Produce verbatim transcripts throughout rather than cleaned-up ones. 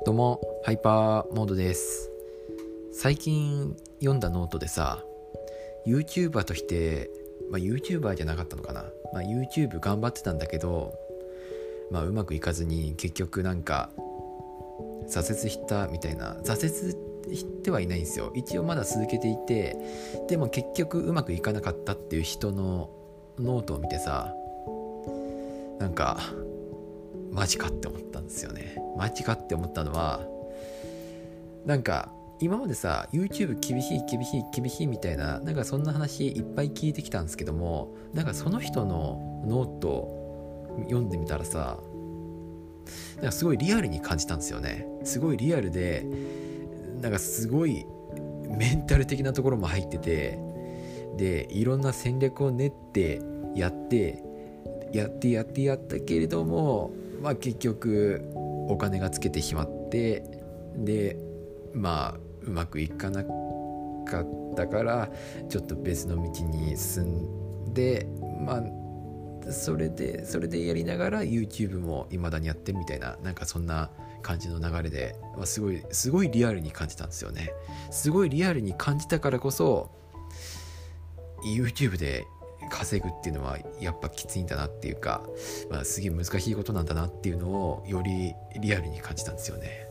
どうもハイパーモードです。最近読んだノートでさ、 YouTuber として、まあ、YouTuber じゃなかったのかな、まあ、YouTube 頑張ってたんだけど、まあ、うまくいかずに結局なんか挫折したみたいな。挫折してはいないんですよ。一応まだ続けていて、でも結局うまくいかなかったっていう人のノートを見てさ、なんかマジかって思ったんですよね。マジかって思ったのは、なんか今までさ YouTube 厳しい厳しい厳しいみたいな、なんかそんな話いっぱい聞いてきたんですけども、なんかその人のノートを読んでみたらさ、なんかすごいリアルに感じたんですよね。すごいリアルで、なんかすごいメンタル的なところも入ってて、でいろんな戦略を練ってやってやってやってやったけれども、まあ結局お金がつけてしまって、でまあうまくいかなかったからちょっと別の道に進んで、まあそれでそれでやりながら YouTube も未だにやってるみたいな、なんかそんな感じの流れで、まあ、すごいすごいリアルに感じたんですよね。すごいリアルに感じたからこそ YouTube で稼ぐっていうのはやっぱきついんだなっていうか、まあ、すげえ難しいことなんだなっていうのをよりリアルに感じたんですよね。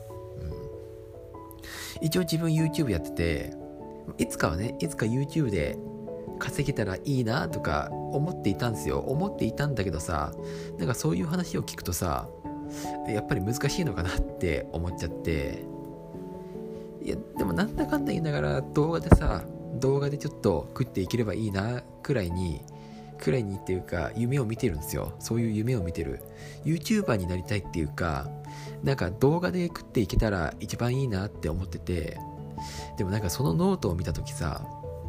うん、一応自分 YouTube やってて、いつかはねいつか YouTube で稼げたらいいなとか思っていたんですよ。思っていたんだけどさ、なんかそういう話を聞くとさ、やっぱり難しいのかなって思っちゃって、いやでもなんだかんだ言いながら動画でさ動画でちょっと食っていければいいなくらいにくらいにっていうか夢を見てるんですよ。そういう夢を見てる。 YouTuber になりたいっていうか、なんか動画で食っていけたら一番いいなって思ってて、でもなんかそのノートを見たときさ、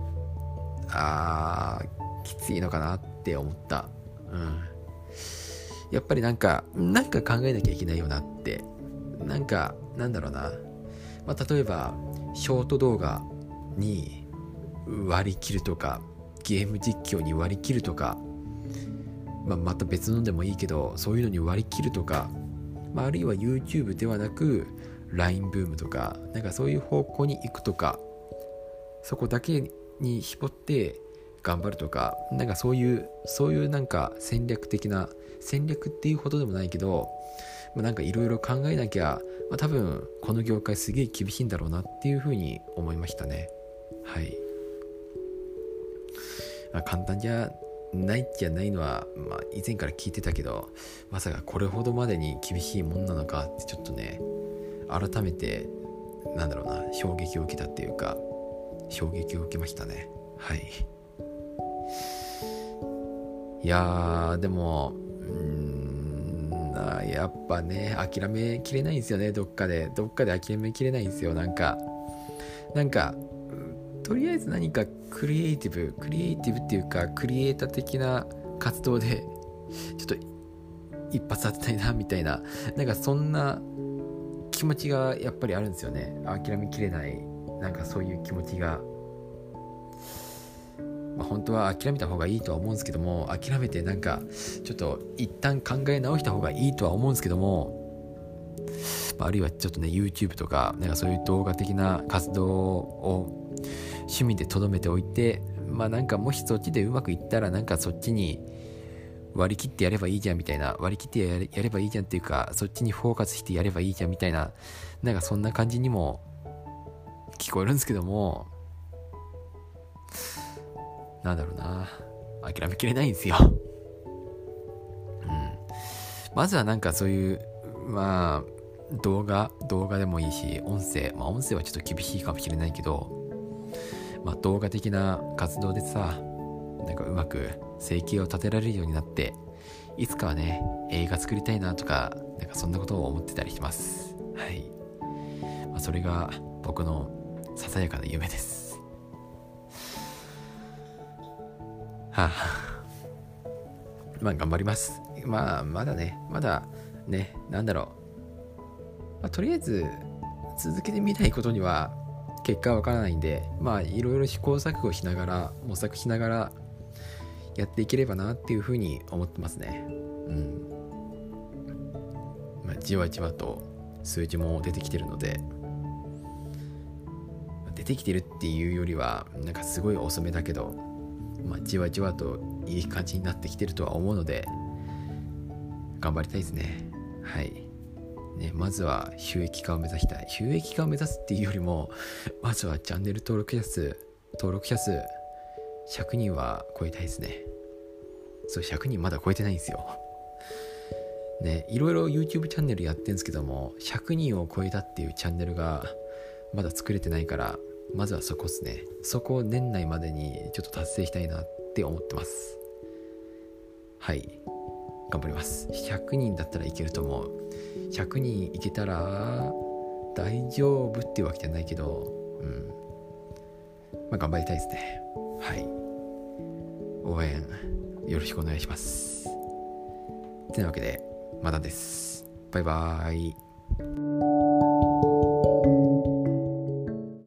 あーきついのかなって思った。うん、やっぱりなんかなんか考えなきゃいけないよなって。なんかなんだろうな、まあ、例えばショート動画に割り切るとか、ゲーム実況に割り切るとか、まあ、また別のでもいいけどそういうのに割り切るとか、まあ、あるいは YouTube ではなく ライン ブームとか、なんかそういう方向に行くとか、そこだけに絞って頑張るとか、なんかそういうそういうなんか戦略的な、戦略っていうほどでもないけど、まあ、なんかいろいろ考えなきゃ、まあ、多分この業界すげえ厳しいんだろうなっていうふうに思いましたね。はい、まあ、簡単じゃないじゃないのは、まあ、以前から聞いてたけど、まさかこれほどまでに厳しいもんなのかってちょっとね、改めてなんだろうな、衝撃を受けたっていうか衝撃を受けましたね。はい。いやーでもうーんあやっぱね諦めきれないんですよね。どっかでどっかで諦めきれないんですよ。なんかなんかとりあえず何かクリエイティブクリエイティブっていうかクリエイター的な活動でちょっと一発当てたいなみたいな、なんかそんな気持ちがやっぱりあるんですよね。諦めきれない、なんかそういう気持ちが、まあ、本当は諦めた方がいいとは思うんですけども、諦めてなんかちょっと一旦考え直した方がいいとは思うんですけども、まあ、あるいはちょっとね YouTube とかなんかそういう動画的な活動を趣味でとどめておいて、まあなんかもしそっちでうまくいったらなんかそっちに割り切ってやればいいじゃんみたいな、割り切ってやれ、やればいいじゃんっていうか、そっちにフォーカスしてやればいいじゃんみたいな、なんかそんな感じにも聞こえるんですけども、なんだろうな、諦めきれないんですよ。うん。まずはなんかそういうまあ動画動画でもいいし、音声まあ音声はちょっと厳しいかもしれないけど、まあ動画的な活動でさ、なんかうまく生計を立てられるようになって、いつかはね映画作りたいなとか、なんかそんなことを思ってたりします。はい。まあ、それが僕のささやかな夢です。はあ、まあ頑張ります。まあまだねまだねなんだろう、まあ、とりあえず続けてみないことには結果はわからないんで、まあいろいろ試行錯誤しながら模索しながらやっていければなっていうふうに思ってますね。うん。まあじわじわと数字も出てきてるので、出てきてるっていうよりはなんかすごい遅めだけど、まあ、じわじわといい感じになってきてるとは思うので頑張りたいですね。はいね、まずは収益化を目指したい。収益化を目指すっていうよりも、まずはチャンネル登録者数登録者数ひゃくにんは超えたいですね。そう、ひゃくにんまだ超えてないんですよね。いろいろ YouTube チャンネルやってるんですけども、ひゃくにんを超えたっていうチャンネルがまだ作れてないから、まずはそこですね。そこを年内までにちょっと達成したいなって思ってます。はい、頑張ります。ひゃくにんだったらいけると思う。ひゃくにんいけたら大丈夫っていうわけじゃないけど、うん、まあ頑張りたいですね。はい、応援よろしくお願いします。てなわけでまたです。バイバーイ。